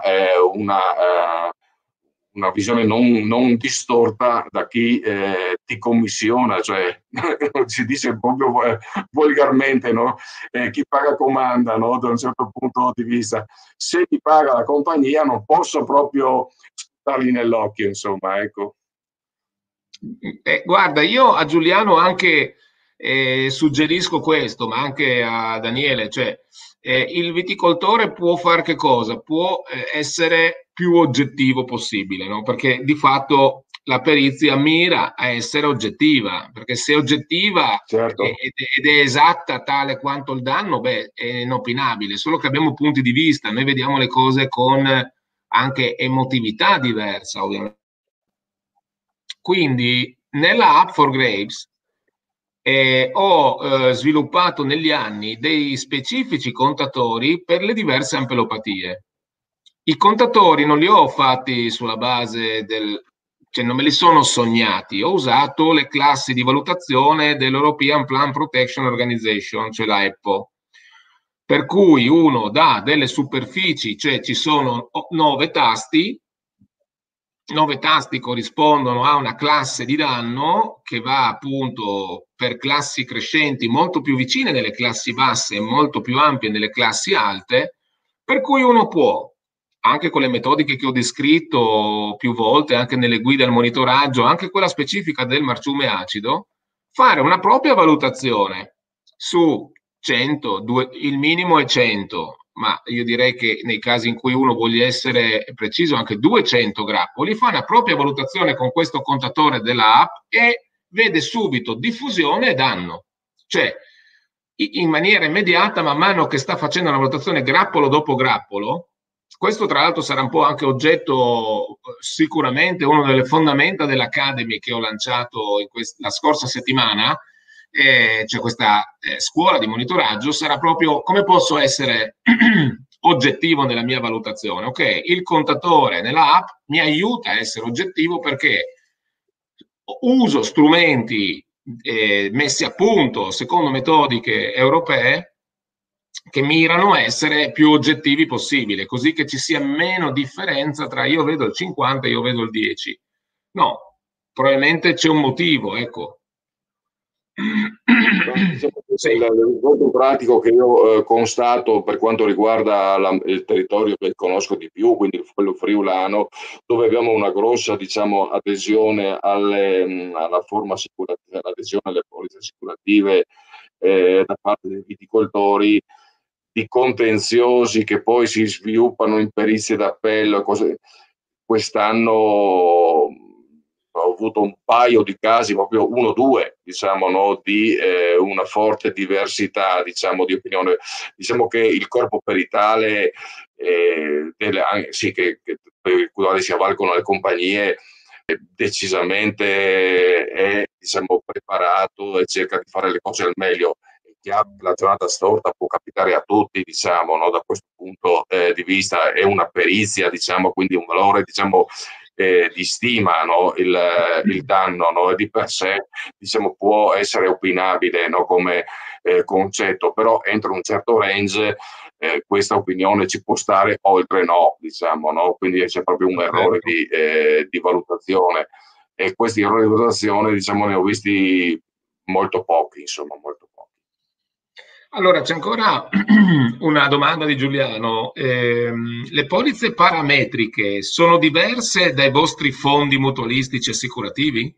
una visione non distorta da chi ti commissiona, cioè si dice proprio volgarmente, no? Chi paga comanda, no? Da un certo punto di vista. Se mi paga la compagnia non posso proprio stargli nell'occhio, insomma, ecco. Guarda, io a Giuliano anche suggerisco questo, ma anche a Daniele, cioè il viticoltore può fare che cosa? Può essere più oggettivo possibile, no? Perché di fatto la perizia mira a essere oggettiva, perché se è oggettiva certo. ed è esatta tale quanto il danno, beh, è inopinabile, solo che abbiamo punti di vista, noi vediamo le cose con anche emotività diversa, ovviamente. Quindi nella app for Grapes ho sviluppato negli anni dei specifici contatori per le diverse ampelopatie. I contatori non li ho fatti sulla base cioè non me li sono sognati, ho usato le classi di valutazione dell'European Plant Protection Organization, cioè la EPPO. Per cui uno dà delle superfici, cioè ci sono 9 tasti. 9 tasti corrispondono a una classe di danno che va appunto per classi crescenti molto più vicine nelle classi basse e molto più ampie nelle classi alte, per cui uno può, anche con le metodiche che ho descritto più volte, anche nelle guide al monitoraggio, anche quella specifica del marciume acido, fare una propria valutazione su 100, il minimo è 100, ma io direi che nei casi in cui uno voglia essere preciso, anche 200 grappoli, fa una propria valutazione con questo contatore della app e vede subito diffusione e danno. Cioè, in maniera immediata, man mano che sta facendo una valutazione grappolo dopo grappolo, questo tra l'altro sarà un po' anche oggetto, sicuramente, una delle fondamenta dell'Academy che ho lanciato la scorsa settimana, cioè questa scuola di monitoraggio, sarà proprio come posso essere oggettivo nella mia valutazione. Ok, il contatore nella app mi aiuta a essere oggettivo perché uso strumenti messi a punto secondo metodiche europee che mirano a essere più oggettivi possibile, così che ci sia meno differenza tra io vedo il 50 e io vedo il 10. No, probabilmente c'è un motivo, ecco. Diciamo che Sì. il risvolto pratico che io constato per quanto riguarda il territorio che conosco di più, quindi quello friulano, dove abbiamo una grossa, diciamo, adesione alla forma assicurativa, adesione alle polizze assicurative da parte dei viticoltori, di contenziosi che poi si sviluppano in perizie d'appello, cose. Quest'anno ho avuto un paio di casi, proprio uno o due, diciamo, no, di una forte diversità, diciamo, di opinione. Diciamo che il corpo peritale, sì, per il quale si avvalgono le compagnie, decisamente è, diciamo, preparato e cerca di fare le cose al meglio. Che ha la giornata storta può capitare a tutti, diciamo, no? Da questo punto di vista è una perizia, diciamo, quindi un valore, diciamo, di stima, no? Il danno, no? E di per sé, diciamo, può essere opinabile, no? Come concetto, però entro un certo range questa opinione ci può stare, oltre no, diciamo, no? Quindi c'è proprio un errore di valutazione, e questi errori di valutazione, diciamo, ne ho visti molto pochi, insomma, molto pochi. Allora, c'è ancora una domanda di Giuliano. Le polizze parametriche sono diverse dai vostri fondi mutualistici assicurativi?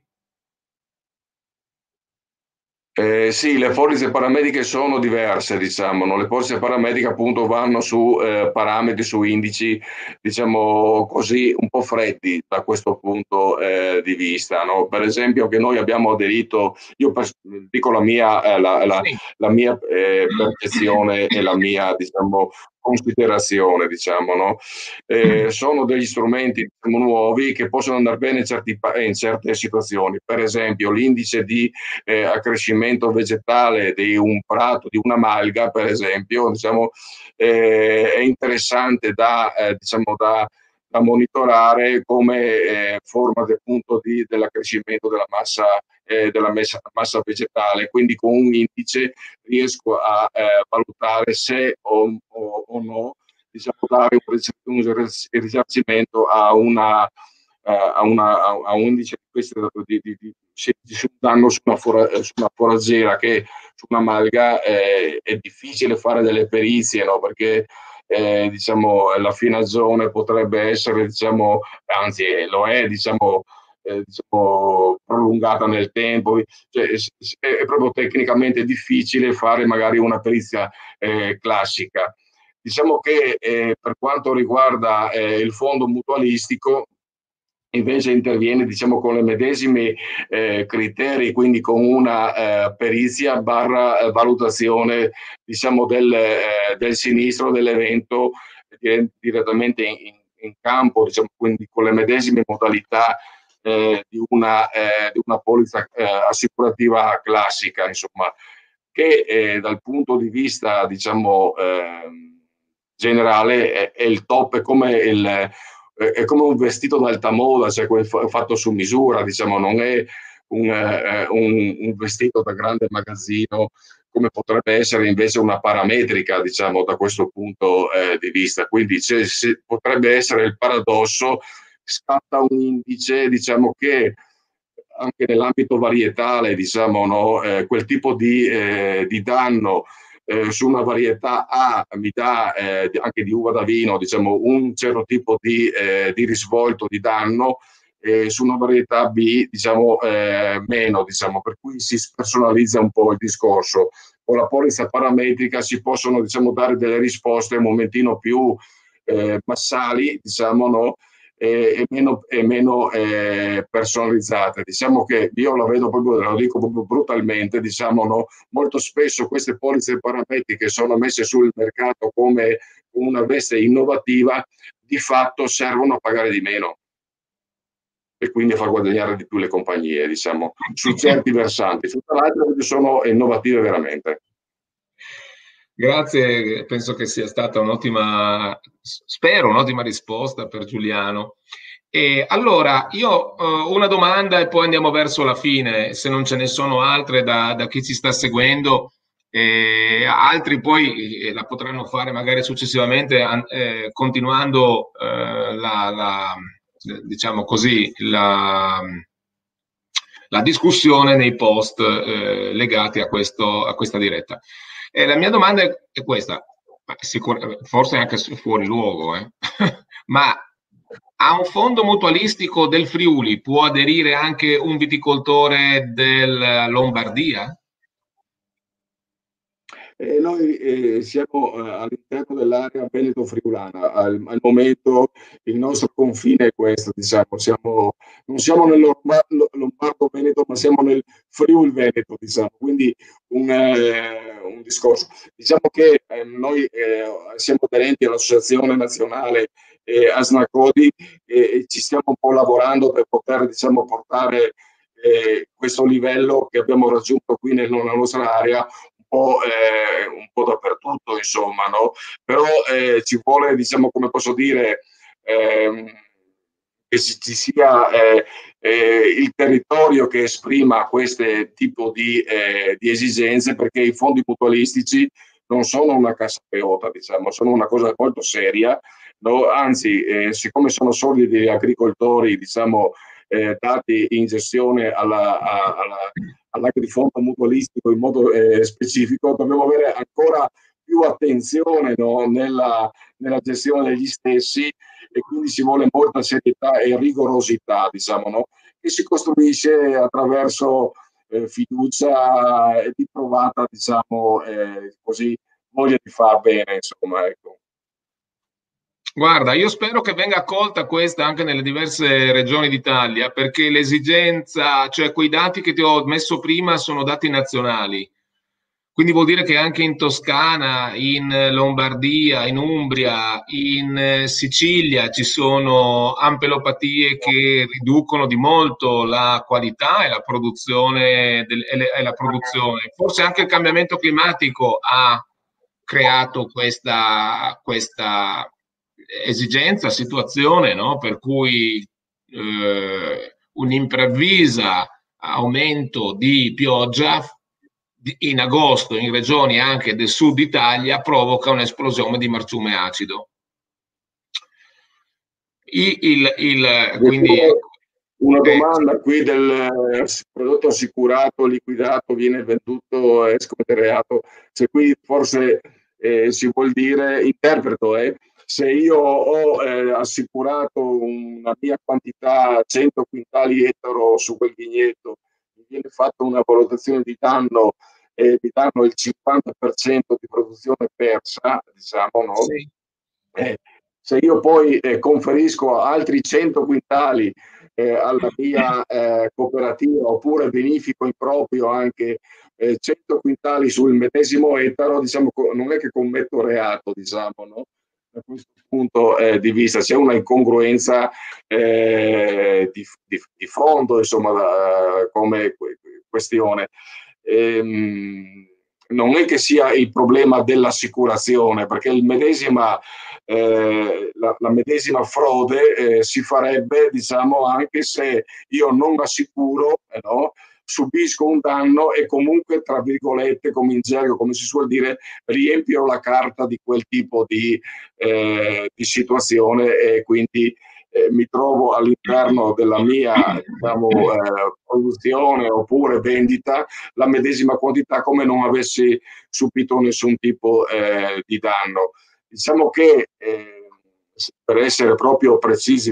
Sì, le polizze paramediche sono diverse, diciamo, no? Le polizze paramediche appunto vanno su parametri, su indici, diciamo così, un po' freddi da questo punto di vista, no? Per esempio che noi abbiamo aderito, dico la mia, Sì. la mia percezione e la mia, diciamo, considerazione, diciamo, no? Sono degli strumenti, diciamo, nuovi che possono andare bene in certe situazioni. Per esempio l'indice di accrescimento vegetale di un prato, di una malga, per esempio, diciamo, è interessante diciamo, da monitorare come forma appunto dell'accrescimento della massa vegetale, quindi con un indice riesco a valutare se o no, diciamo, dare un risarcimento a un indice di questi su un danno su una foraggiera, che su una malga è difficile fare delle perizie, no? Perché diciamo, la finagione potrebbe essere, diciamo, anzi lo è, diciamo, prolungata nel tempo, cioè, è proprio tecnicamente difficile fare magari una perizia classica. Diciamo che per quanto riguarda il fondo mutualistico, invece interviene, diciamo, con le medesimi criteri, quindi con una perizia barra valutazione, diciamo, del sinistro dell'evento direttamente in campo, diciamo, quindi con le medesime modalità di una polizza assicurativa classica, insomma, che dal punto di vista, diciamo, generale è il top, è come un vestito d'alta moda, cioè fatto su misura, diciamo, non è un vestito da grande magazzino come potrebbe essere invece una parametrica, diciamo, da questo punto di vista. Quindi potrebbe essere il paradosso, scatta un indice, diciamo, che anche nell'ambito varietale, diciamo, no, quel tipo di danno su una varietà A mi dà anche di uva da vino, diciamo, un certo tipo di risvolto di danno, su una varietà B, diciamo, meno, diciamo, per cui si personalizza un po' il discorso. Con la polizza parametrica si possono, diciamo, dare delle risposte un momentino più massali, diciamo, no? E meno personalizzate. Diciamo che io la vedo proprio, lo dico proprio brutalmente, diciamo, no? Molto spesso queste polizze parametriche sono messe sul mercato come una veste innovativa, di fatto servono a pagare di meno e quindi a far guadagnare di più le compagnie, diciamo, su certi versanti, su altri sono innovative veramente. Grazie, penso che sia stata un'ottima, spero un'ottima risposta per Giuliano. E allora, io ho una domanda e poi andiamo verso la fine, se non ce ne sono altre da chi ci sta seguendo, altri poi la potranno fare magari successivamente, continuando diciamo così, la discussione nei post legati a questa diretta. La mia domanda è questa, forse anche fuori luogo, ma a un fondo mutualistico del Friuli può aderire anche un viticoltore del Lombardia? Noi siamo all'interno dell'area veneto-friulana. Al momento il nostro confine è questo, diciamo. Non siamo nel Lombardo-Veneto, ma siamo nel Friuli-Veneto, diciamo. Quindi un discorso. Diciamo che noi siamo aderenti all'Associazione Nazionale Asnacodi e ci stiamo un po' lavorando per poter, diciamo, portare questo livello che abbiamo raggiunto qui nella nostra area un po' dappertutto, insomma, no? Però ci vuole, diciamo, come posso dire, che ci sia il territorio che esprima questo tipo di esigenze, perché i fondi mutualistici non sono una cassapeota, diciamo, sono una cosa molto seria, no? Anzi, siccome sono soldi degli agricoltori, diciamo, dati in gestione all'agrifondo mutualistico in modo specifico, dobbiamo avere ancora più attenzione, no, nella gestione degli stessi, e quindi ci vuole molta serietà e rigorosità, diciamo, no, che si costruisce attraverso fiducia e di provata, diciamo, così voglia di far bene, insomma, ecco. Guarda, io spero che venga accolta questa anche nelle diverse regioni d'Italia, perché l'esigenza, cioè quei dati che ti ho messo prima sono dati nazionali. Quindi vuol dire che anche in Toscana, in Lombardia, in Umbria, in Sicilia ci sono ampelopatie che riducono di molto la qualità e la produzione, e la produzione. Forse anche il cambiamento climatico ha creato questa esigenza, situazione, no? Per cui un'improvvisa aumento di pioggia in agosto in regioni anche del sud Italia provoca un'esplosione di marciume acido. Quindi una domanda qui del prodotto assicurato, liquidato, viene venduto, è scoperto. Se qui forse si vuol dire, interpreto, se io ho assicurato una mia quantità, 100 quintali ettaro su quel vigneto, mi viene fatta una valutazione di danno e mi danno il 50% di produzione persa, diciamo, no? sì. Se io poi conferisco altri 100 quintali alla mia cooperativa, oppure bonifico in proprio anche 100 quintali sul medesimo ettaro, diciamo, non è che commetto reato, diciamo, no? Da questo punto di vista c'è una incongruenza di fondo, insomma, come questione. Non è che sia il problema dell'assicurazione, perché la medesima frode si farebbe, diciamo, anche se io non assicuro, no? Subisco un danno e comunque, tra virgolette, come in gergo, come si suol dire, riempio la carta di quel tipo di situazione, e quindi mi trovo all'interno della mia, diciamo, produzione oppure vendita la medesima quantità, come non avessi subito nessun tipo di danno. Diciamo che per essere proprio precisi,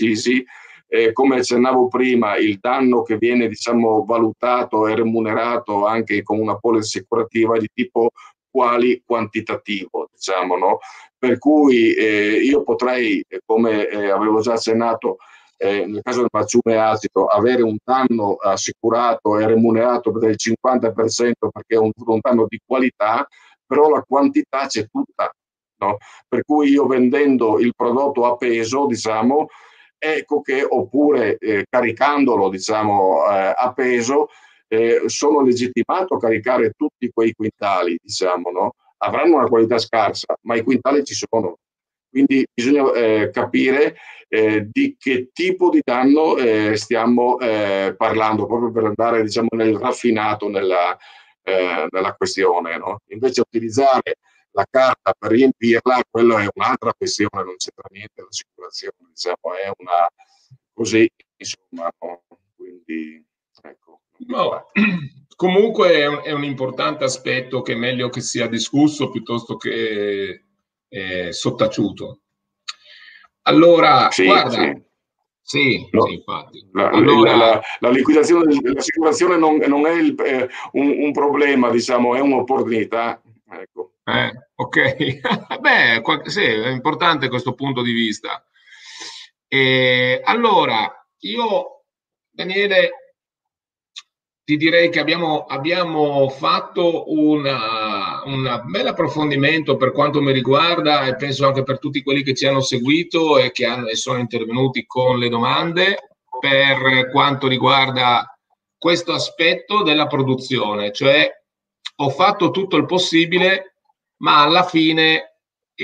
come accennavo prima, il danno che viene, diciamo, valutato e remunerato anche con una polizza assicurativa di tipo quantitativo, diciamo, no? Per cui io potrei, come avevo già accennato, nel caso del marciume acido, avere un danno assicurato e remunerato del 50%, perché è un danno di qualità, però la quantità c'è tutta, no? Per cui io, vendendo il prodotto a peso, diciamo, ecco che, oppure caricandolo, diciamo, a peso, sono legittimato a caricare tutti quei quintali, diciamo, no? Avranno una qualità scarsa, ma i quintali ci sono. Quindi bisogna capire di che tipo di danno stiamo parlando, proprio per andare, diciamo, nel raffinato nella questione, no? Invece utilizzare la carta per riempirla, quella è un'altra questione, non c'entra niente l'assicurazione, diciamo, è una così, insomma, no? Quindi, ecco. No, comunque è un importante aspetto che è meglio che sia discusso piuttosto che sottaciuto. Allora, Sì, guarda, sì. sì, No, sì, infatti. Allora, la liquidazione dell'assicurazione non è un problema, diciamo, è un'opportunità. Ecco. ok, beh, sì, è importante questo punto di vista. Allora, io, Daniele, ti direi che abbiamo fatto un bel approfondimento per quanto mi riguarda, e penso anche per tutti quelli che ci hanno seguito e sono intervenuti con le domande per quanto riguarda questo aspetto della produzione. Cioè, ho fatto tutto il possibile, ma alla fine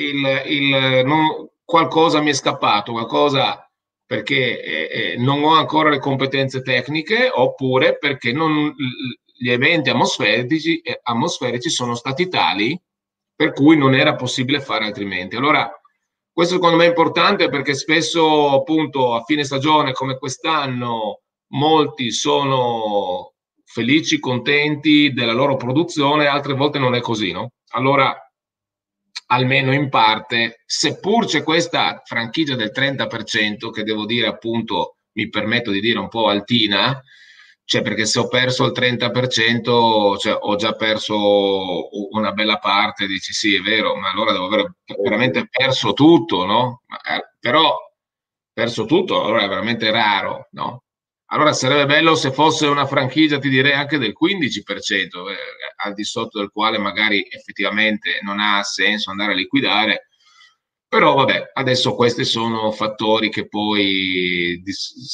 qualcosa mi è scappato, qualcosa perché non ho ancora le competenze tecniche, oppure perché gli eventi atmosferici sono stati tali per cui non era possibile fare altrimenti. Allora, questo secondo me è importante, perché spesso, appunto, a fine stagione come quest'anno, molti sono felici, contenti della loro produzione, altre volte non è così, no? Allora, almeno in parte, seppur c'è questa franchigia del 30%, che devo dire, appunto, mi permetto di dire un po' altina, cioè, perché se ho perso il 30%, cioè, ho già perso una bella parte, dici sì, è vero, ma allora devo aver veramente perso tutto, no? Però perso tutto, allora è veramente raro, no? Allora sarebbe bello se fosse una franchigia, ti direi anche del 15%, al di sotto del quale magari effettivamente non ha senso andare a liquidare. Però vabbè, adesso questi sono fattori che poi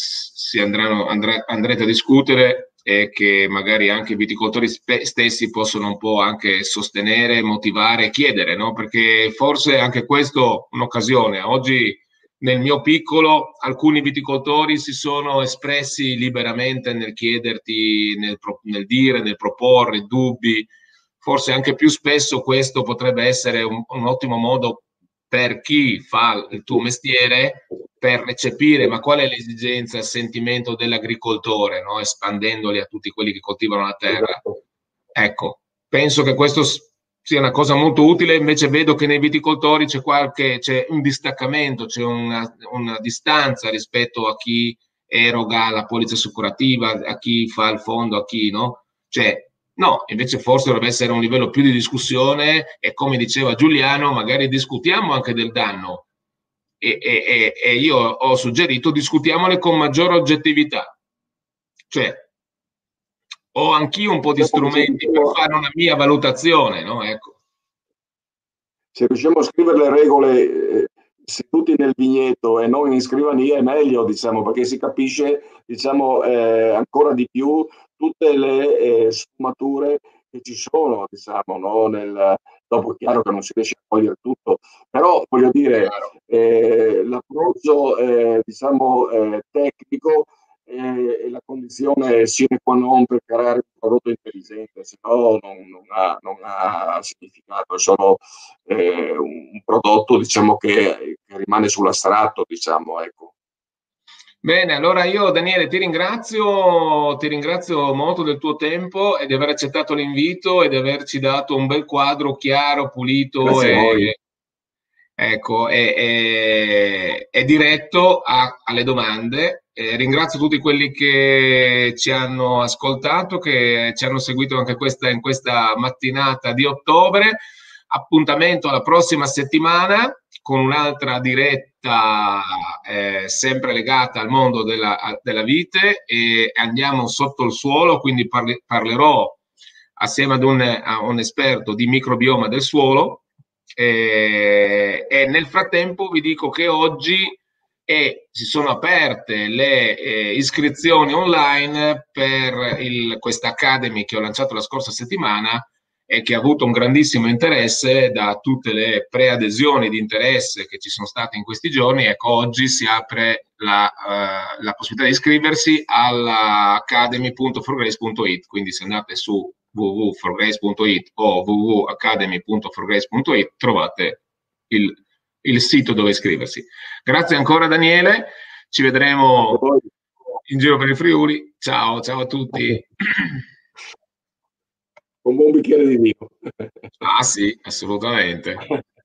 andrete a discutere, e che magari anche i viticoltori stessi possono un po' anche sostenere, motivare, chiedere, no? Perché forse anche questo è un'occasione. Oggi, nel mio piccolo, alcuni viticoltori si sono espressi liberamente nel chiederti, nel dire, nel proporre dubbi. Forse anche più spesso questo potrebbe essere un ottimo modo per chi fa il tuo mestiere, per recepire ma qual è l'esigenza, il sentimento dell'agricoltore, no? Espandendoli a tutti quelli che coltivano la terra. Esatto. Ecco, penso che questo sia una cosa molto utile. Invece vedo che nei viticoltori c'è un distaccamento, c'è una distanza rispetto a chi eroga la polizza assicurativa, a chi fa il fondo, a chi no. Cioè, no, invece forse dovrebbe essere un livello più di discussione, e come diceva Giuliano, magari discutiamo anche del danno, e io ho suggerito discutiamole con maggiore oggettività, cioè ho anch'io un po' di Diciamo che strumenti per fare una mia valutazione, no? Ecco. se riusciamo a scrivere le regole seduti nel vigneto e non in scrivania è meglio, diciamo, perché si capisce, diciamo, ancora di più tutte le sfumature che ci sono, diciamo, no? Dopo è chiaro che non si riesce a cogliere tutto, però voglio dire, Chiaro. l'approccio, diciamo, tecnico è la condizione sine qua non per creare un prodotto intelligente, se no non ha significato, è solo un prodotto, diciamo, che rimane sull'astratto, diciamo, ecco. Bene, allora io Daniele ti ringrazio molto del tuo tempo e di aver accettato l'invito e di averci dato un bel quadro chiaro, pulito Grazie a voi. ecco, è diretto alle domande. Ringrazio tutti quelli che ci hanno ascoltato, che ci hanno seguito anche in questa mattinata di ottobre. Appuntamento alla prossima settimana con un'altra diretta sempre legata al mondo della vite e andiamo sotto il suolo, quindi parlerò assieme a un esperto di microbioma del suolo e nel frattempo vi dico che oggi si sono aperte le iscrizioni online per questa Academy che ho lanciato la scorsa settimana e che ha avuto un grandissimo interesse da tutte le preadesioni di interesse che ci sono state in questi giorni. Ecco, oggi si apre la possibilità di iscriversi all'academy.forgrace.it, quindi se andate su www.forgrace.it o www.academy.forgrace.it trovate il, il sito dove iscriversi. Grazie ancora Daniele, ci Grazie a vedremo voi. in giro per il Friuli. Ciao, ciao a tutti. Un buon bicchiere di vino. Ah sì, assolutamente.